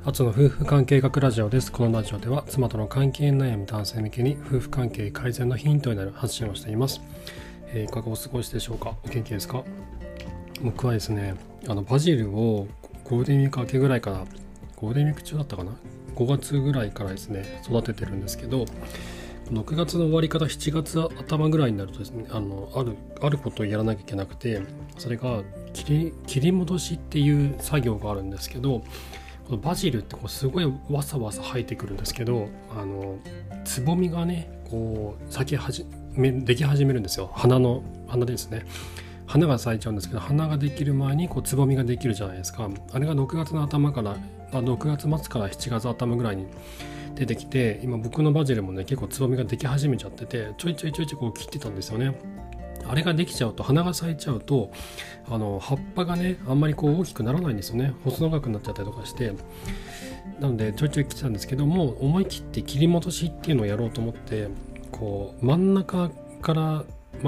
初の夫婦関係学ラジオです。このラジオでは妻との関係悩み男性向けに夫婦関係改善のヒントになる発信をしています。いかがお過ごしでしょうか。お元気ですか。僕はですね、バジルをゴールデンウィーク明けぐらいから、ゴールデンウィーク中だったかな、5月ぐらいからですね育ててるんですけど、6月の終わりから7月頭ぐらいになるとですね、あることをやらなきゃいけなくて、それが切り戻しっていう作業があるんですけど、このバジルってすごいわさわさ生えてくるんですけど、つぼみがねでき始めるんですよ。花ですね。花が咲いちゃうんですけど、花ができる前につぼみができるじゃないですか。あれが6月の頭から6月末から7月頭ぐらいに出てきて、今僕のバジルもね結構つぼみができ始めちゃってて、ちょいちょい切ってたんですよね。あれができちゃうと、花が咲いちゃうと葉っぱがねあんまり大きくならないんですよね。細長くなっちゃったりとかして、なのでちょいちょい切ってたんですけども、思い切って切り戻しっていうのをやろうと思って、真ん中か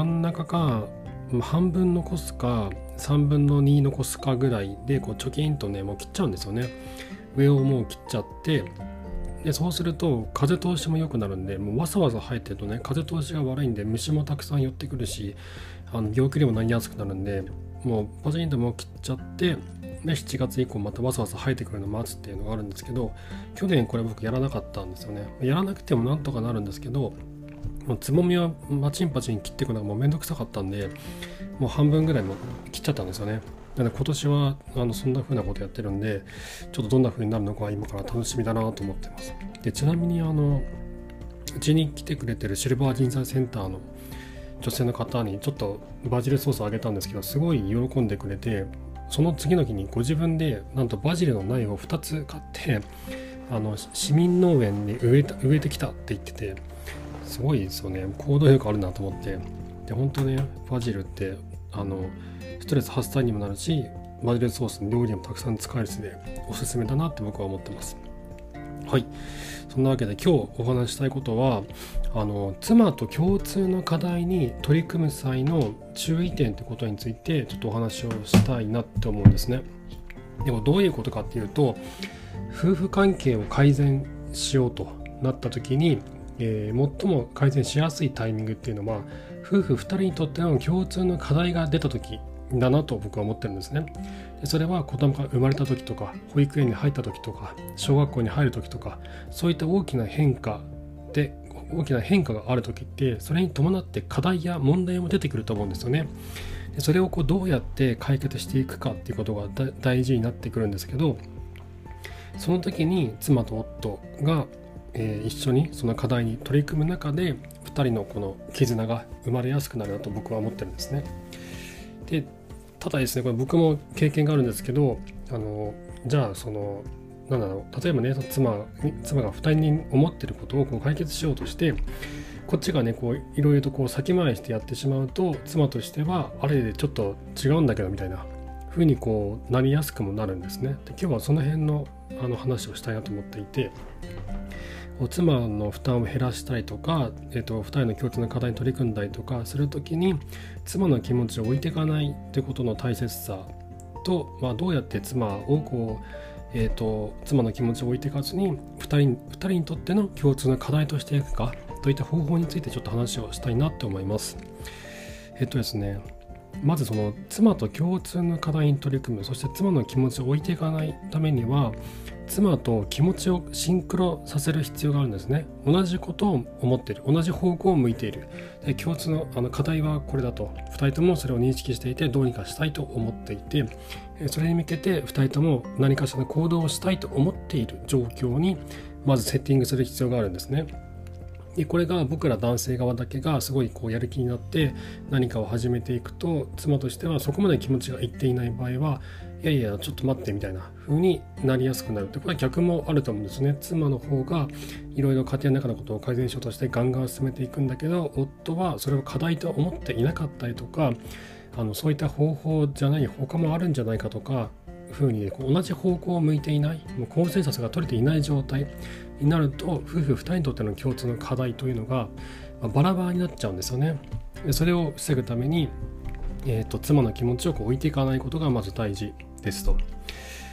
半分残すか3分の2残すかぐらいでチョキンとねもう切っちゃうんですよね。上をもう切っちゃって、でそうすると風通しも良くなるんで、もうわさわさ生えてるとね風通しが悪いんで虫もたくさん寄ってくるし、病気にもなりやすくなるんで、もうパチンともう切っちゃって、で7月以降またわさわさ生えてくるのを待つっていうのがあるんですけど、去年これ僕やらなかったんですよね。やらなくてもなんとかなるんですけど、もうつぼみはパチンパチン切っていくのがもうめんどくさかったんで、もう半分ぐらいも切っちゃったんですよね。なので今年はそんな風なことやってるんで、ちょっとどんな風になるのか今から楽しみだなと思ってます。でちなみにうちに来てくれてるシルバー人材センターの女性の方にちょっとバジルソースをあげたんですけど、すごい喜んでくれて、その次の日にご自分でなんとバジルの苗を2つ買って市民農園に植えてきたって言ってて、すごいですよね。行動力あるなと思って。で本当ね、バジルってストレス発散にもなるし、バジルソースの料理にもたくさん使えるしでおすすめだなって僕は思ってます。はい、そんなわけで今日お話したいことは、妻と共通の課題に取り組む際の注意点ということについてちょっとお話をしたいなって思うんですね。でもどういうことかっていうと、夫婦関係を改善しようとなった時に、最も改善しやすいタイミングっていうのは、夫婦2人にとっての共通の課題が出た時だなと僕は思ってるんですね。でそれは子供が生まれた時とか、保育園に入った時とか、小学校に入る時とか、そういった大きな変化がある時って、それに伴って課題や問題も出てくると思うんですよね。でそれをどうやって解決していくかっていうことが大事になってくるんですけど、その時に妻と夫が一緒にその課題に取り組む中で、2人のこの絆が生まれやすくなるなと僕は思ってるんですね。でただですね、これ僕も経験があるんですけど、じゃあ例えばね、妻が2人に思ってることを解決しようとして、こっちがねいろいろと先回りしてやってしまうと、妻としてはあれでちょっと違うんだけどみたいな風になりやすくもなるんですね。で今日はその辺の話をしたいなと思っていて、妻の負担を減らしたりとか、2人の共通の課題に取り組んだりとかするときに、妻の気持ちを置いていかないということの大切さと、どうやって妻を妻の気持ちを置いていかずに2人にとっての共通の課題としていくかといった方法についてちょっと話をしたいなと思います。ですね、まず妻と共通の課題に取り組む、そして妻の気持ちを置いていかないためには、妻と気持ちをシンクロさせる必要があるんですね。同じことを思っている、同じ方向を向いている、で共通の課題はこれだと、2人ともそれを認識していて、どうにかしたいと思っていて、それに向けて2人とも何かしらの行動をしたいと思っている状況にまずセッティングする必要があるんですね。でこれが僕ら男性側だけがすごいやる気になって何かを始めていくと、妻としてはそこまで気持ちがいっていない場合は、いやいやちょっと待ってみたいな風になりやすくなる。でこれは逆もあると思うんですね。妻の方がいろいろ家庭の中のことを改善しようとしてガンガン進めていくんだけど、夫はそれを課題と思っていなかったりとか、そういった方法じゃない他もあるんじゃないかとか風に同じ方向を向いていない、もうコンセンサスが取れていない状態になると、夫婦2人にとっての共通の課題というのがバラバラになっちゃうんですよね。でそれを防ぐために、妻の気持ちを置いていかないことがまず大事ですと。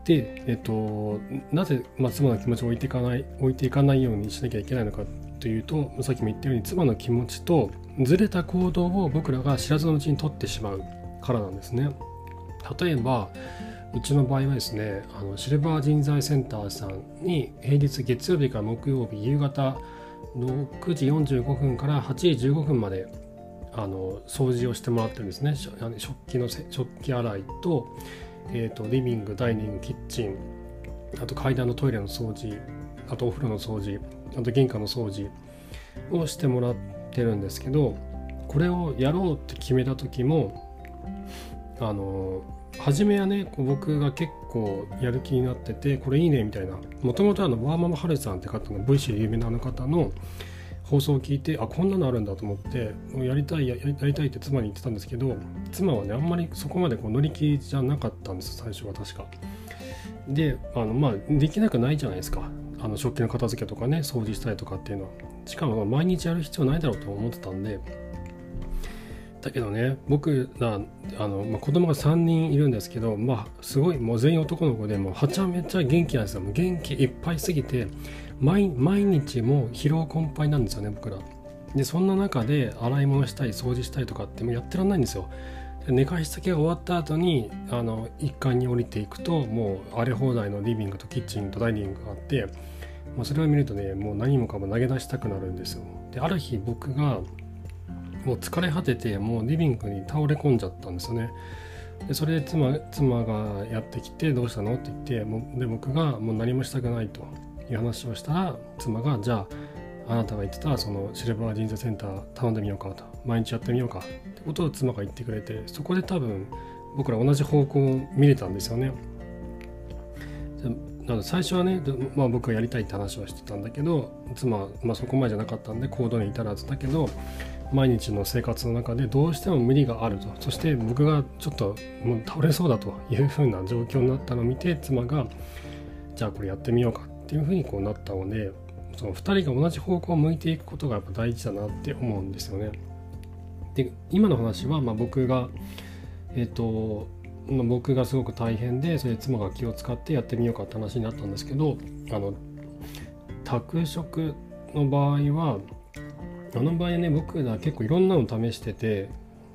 で、なぜ、妻の気持ちを置いていかないようにしなきゃいけないのかというと、さっきも言ったように妻の気持ちとずれた行動を僕らが知らずのうちに取ってしまうからなんですね。例えばうちの場合はですね、シルバー人材センターさんに平日月曜日から木曜日夕方6時45分から8時15分まで掃除をしてもらってるんですね。食器洗いと、リビング、ダイニング、キッチン、あと階段のトイレの掃除、あとお風呂の掃除、あと玄関の掃除をしてもらってるんですけど、これをやろうって決めた時も初めはね僕が結構やる気になってて、これいいねみたいな、もともとワーママハルさんって方の VC 有名な方の放送を聞いて、こんなのあるんだと思ってやりたいって妻に言ってたんですけど、妻はねあんまりそこまで乗り気じゃなかったんです最初は確かで。できなくないじゃないですか、食器の片付けとかね掃除したりとかっていうのは。しかも毎日やる必要ないだろうと思ってたんで、だけどね僕ら子供が3人いるんですけど、すごいもう全員男の子でもうはちゃめちゃ元気なんですよ。もう元気いっぱいすぎて毎日もう疲労困憊なんですよね僕らで。そんな中で洗い物したり掃除したりとかってもうやってらんないんですよ。で寝かしつけが終わった後に1階に降りていくともう荒れ放題のリビングとキッチンとダイニングがあって、それを見るとねもう何もかも投げ出したくなるんですよ。である日僕がもう疲れ果ててもうリビングに倒れ込んじゃったんですよね。でそれで妻がやってきてどうしたのって言ってで僕がもう何もしたくないという話をしたら、妻がじゃああなたが言ってたそのシルバー人材センター頼んでみようかと、毎日やってみようかってことを妻が言ってくれて、そこで多分僕ら同じ方向を見れたんですよね。なので最初はね、僕がやりたいって話はしてたんだけど、妻は、そこまでじゃなかったんで行動に至らずだけど、毎日の生活の中でどうしても無理があると、そして僕がちょっともう倒れそうだという風な状況になったのを見て、妻がじゃあこれやってみようかっていう風になったので、その2人が同じ方向を向いていくことがやっぱ大事だなって思うんですよね。で今の話は僕が僕がすごく大変で、それで妻が気を使ってやってみようかって話になったんですけど、宅食の場合はね、僕ら結構いろんなの試してて、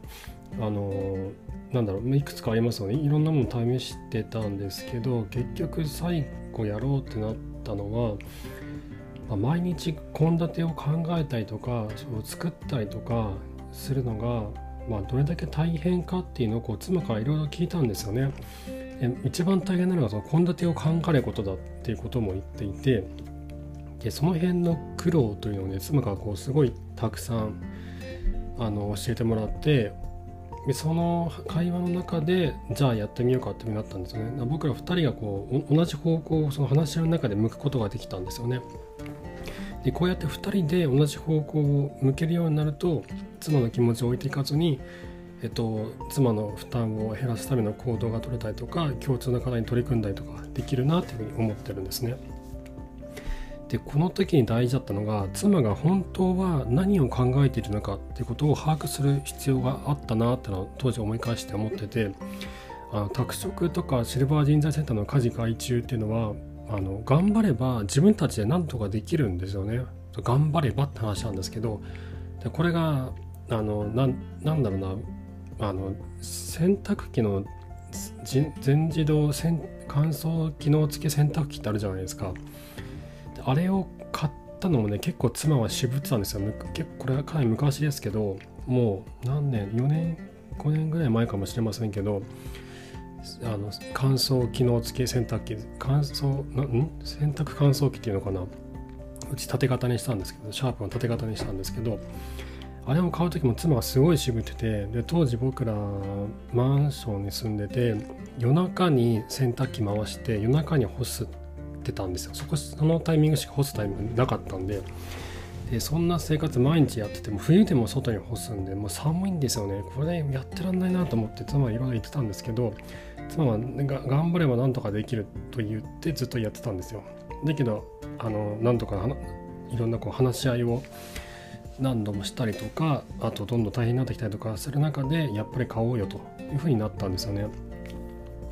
いくつかありますよね。いろんなもの試してたんですけど、結局最後やろうってなったのは、毎日献立を考えたりとか作ったりとかするのが、どれだけ大変かっていうのを妻からいろいろ聞いたんですよね。一番大変なのがその献立を考えることだっていうことも言っていて、でその辺の苦労というのをね、妻がすごいたくさん教えてもらって、でその会話の中でじゃあやってみようかっていうふうになったんですよね。僕ら2人が同じ方向をその話し合いの中で向くことができたんですよね。でこうやって2人で同じ方向を向けるようになると、妻の気持ちを置いていかずに、妻の負担を減らすための行動が取れたりとか、共通の課題に取り組んだりとかできるなというふうに思ってるんですね。でこの時に大事だったのが、妻が本当は何を考えているのかっていうことを把握する必要があったなってのを当時思い返して思ってて、宅食とかシルバー人材センターの家事外注っていうのは頑張れば自分たちで何とかできるんですよね。頑張ればって話なんですけど、でこれがなんだろうな、洗濯機の全自動乾燥機能付き洗濯機ってあるじゃないですか。あれを買ったのもね、結構妻は渋ってたんですよ。これはかなり昔ですけど、もう何年4年5年ぐらい前かもしれませんけど、乾燥機能付き洗濯機洗濯乾燥機っていうのかな、うち縦型にしたんですけど、シャープの縦型にしたんですけど、あれを買う時も妻がすごい渋ってて、で当時僕らマンションに住んでて、夜中に洗濯機回して夜中に干してたんですよ。そのタイミングしか干すタイミングなかったんで、そんな生活毎日やってても、冬でも外に干すんでもう寒いんですよね。これやってらんないなと思って妻はいろいろ言ってたんですけど、妻は頑張ればなんとかできると言ってずっとやってたんですよ。だけどなんとかいろんな話し合いを何度もしたりとか、あとどんどん大変になってきたりとかする中で、やっぱり買おうよというふうになったんですよね。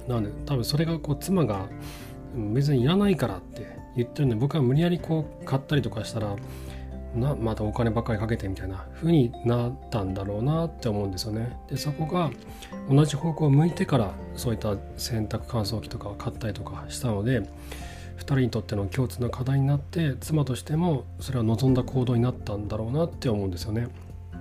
なので多分それが妻が別にいらないからって言ってるんで、僕は無理やり買ったりとかしたらまたお金ばっかりかけてみたいな風になったんだろうなって思うんですよね。でそこが同じ方向を向いてからそういった洗濯乾燥機とかを買ったりとかしたので、2人にとっての共通の課題になって、妻としてもそれは望んだ行動になったんだろうなって思うんですよね。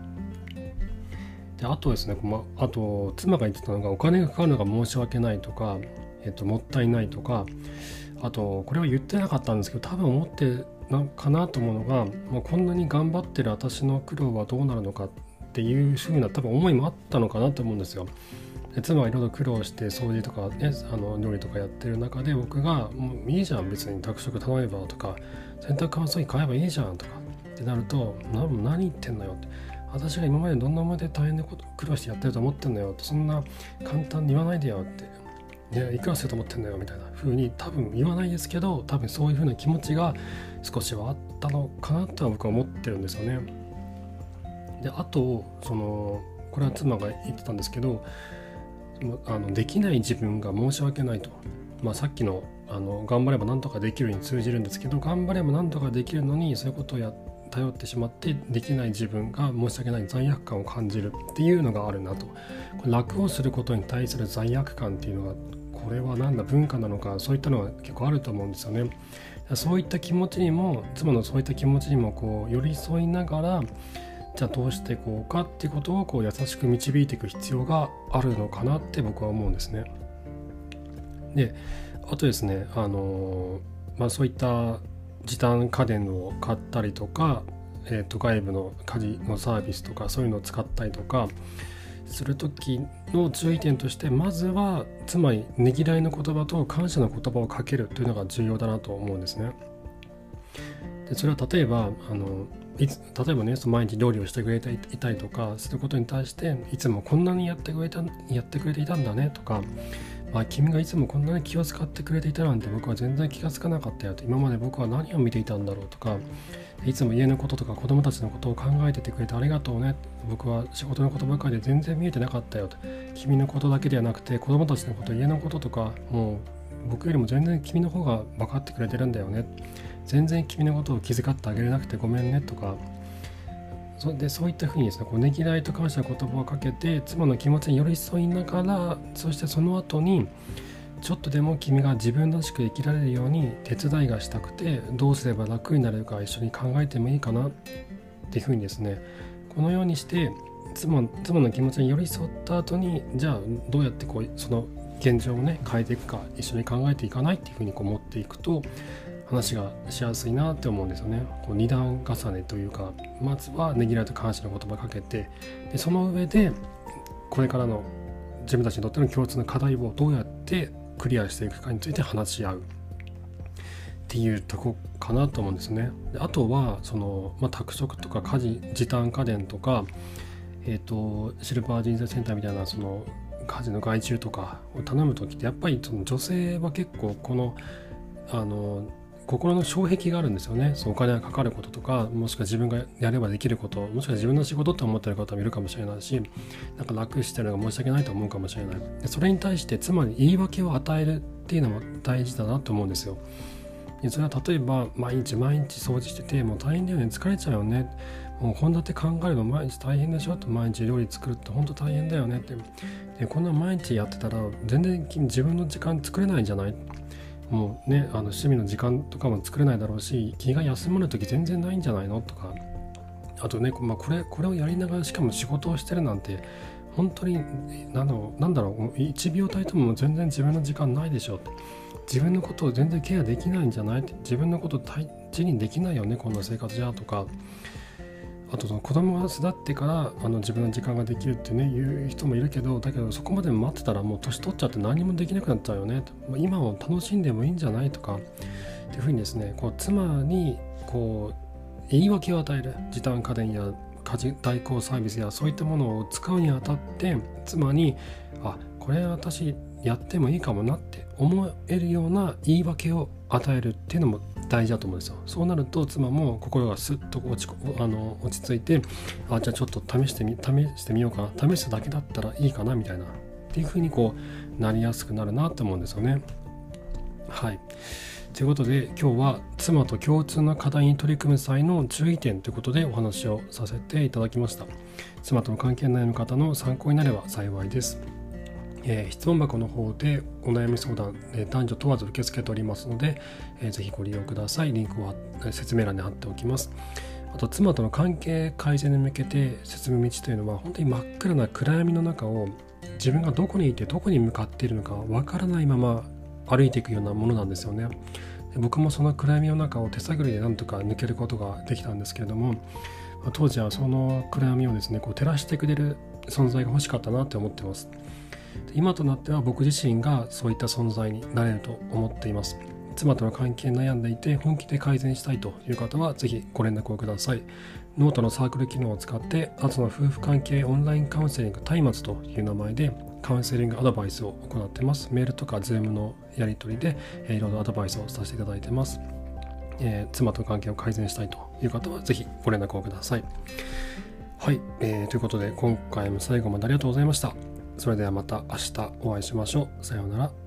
であとですね、あと妻が言ってたのが、お金がかかるのが申し訳ないとか、もったいないとか、あとこれは言ってなかったんですけど、多分思ってかなと思うのが、こんなに頑張ってる私の苦労はどうなるのかっていう風な多分思いもあったのかなと思うんですよ。で妻はいろいろ苦労して掃除とかね、料理とかやってる中で、僕がもういいじゃん別に宅食頼めばとか、洗濯乾燥機買えばいいじゃんとかってなると、何言ってんのよって、私が今までどんな思いで大変なこと苦労してやってると思ってんのよって、そんな簡単に言わないでよって、ね、いくらすると思ってんのよみたいな風に多分言わないですけど、多分そういう風な気持ちが少しはあったのかなとは僕は思ってるんですよね。であとこれは妻が言ってたんですけど、できない自分が申し訳ないと、さっきの頑張れば何とかできるに通じるんですけど、頑張れば何とかできるのにそういうことを頼ってしまってできない自分が申し訳ない、罪悪感を感じるっていうのがあるなと。楽をすることに対する罪悪感っていうのが、これは文化なのか、そういったのが結構あると思うんですよね。そういった気持ちにも、妻のそういった気持ちにも寄り添いながら、じゃあどうしていこうかっていうことを優しく導いていく必要があるのかなって僕は思うんですね。であとですね、そういった時短家電を買ったりとか、外部の家事のサービスとかそういうのを使ったりとかする時の注意点として、まずは妻にねぎらいの言葉と感謝の言葉をかけるというのが重要だなと思うんですね。でそれは例えばね、毎日料理をしてくれていたりとかすることに対して、いつもこんなにやってくれていたんだねとか、君がいつもこんなに気を使ってくれていたなんて僕は全然気がつかなかったよと、今まで僕は何を見ていたんだろうとか、いつも家のこととか子供たちのことを考えててくれてありがとうね、僕は仕事のことばかりで全然見えてなかったよと、君のことだけではなくて子供たちのこと、家のこととか、もう僕よりも全然君の方が分かってくれてるんだよね、全然君のことを気遣ってあげれなくてごめんねとか、そういったふうにですね、ねぎらいと感謝の言葉をかけて妻の気持ちに寄り添いながら、そしてその後にちょっとでも君が自分らしく生きられるように手伝いがしたくて、どうすれば楽になれるか一緒に考えてもいいかなっていうふうにですね、このようにして妻の気持ちに寄り添った後に、じゃあどうやってその現状をね変えていくか一緒に考えていかないっていうふうに持っていくと話がしやすいなって思うんですよね。二段重ねというか、まずはねぎらいと感謝の言葉をかけて、でその上でこれからの自分たちにとっての共通の課題をどうやってクリアしていくかについて話し合うっていうとこかなと思うんですね。であとは宅食とか時短家電とか、シルバー人材センターみたいな家事の外注とかを頼むときって、やっぱり女性は結構心の障壁があるんですよね。お金がかかることとか、もしくは自分がやればできること、もしくは自分の仕事って思ってる方もいるかもしれないし、楽してるのが申し訳ないと思うかもしれない。でそれに対して妻に言い訳を与えるっていうのも大事だなと思うんですよ。でそれは例えば毎日掃除してて、もう大変だよね、疲れちゃうよね、もう献立考えるの毎日大変でしょと、毎日料理作るって本当大変だよねって、でこんな毎日やってたら全然自分の時間作れないんじゃない、もうね趣味の時間とかも作れないだろうし、気が休まる時全然ないんじゃないのとか、あとね、これをやりながらしかも仕事をしてるなんて本当になんだろう1秒たりとも全然自分の時間ないでしょって、自分のことを全然ケアできないんじゃないって、自分のことを大事にできないよねこんな生活じゃとか、あと子供が巣立ってから自分の時間ができるってね言う人もいるけど、だけどそこまで待ってたらもう年取っちゃって何もできなくなっちゃうよね、今を楽しんでもいいんじゃないとかっていうふうにですね、妻に言い訳を与える、時短家電や家事代行サービスやそういったものを使うにあたって、妻にこれ私やってもいいかもなって思えるような言い訳を与えるっていうのも大事だと思うんですよ。そうなると妻も心がスッと落ち着いて、じゃあちょっと試してみようかな、試すだけだったらいいかなみたいなっていう風になりやすくなるなと思うんですよね。はい。ということで今日は妻と共通の課題に取り組む際の注意点ということでお話をさせていただきました。妻との関係に悩む方の参考になれば幸いです。質問箱の方でお悩み相談、男女問わず受け付けておりますので、ぜひご利用ください。リンクを説明欄に貼っておきます。あと妻との関係改善に向けて進む道というのは本当に真っ暗な暗闇の中を自分がどこにいてどこに向かっているのかわからないまま歩いていくようなものなんですよね。僕もその暗闇の中を手探りでなんとか抜けることができたんですけれども、当時はその暗闇をですね照らしてくれる存在が欲しかったなって思ってます。今となっては僕自身がそういった存在になれると思っています。妻との関係に悩んでいて本気で改善したいという方はぜひご連絡をください。ノートのサークル機能を使ってあとの夫婦関係オンラインカウンセリング松明という名前でカウンセリングアドバイスを行っています。メールとかズームのやり取りでいろいろアドバイスをさせていただいています。妻との関係を改善したいという方はぜひご連絡をください。はい、ということで今回も最後までありがとうございました。それではまた明日お会いしましょう。さようなら。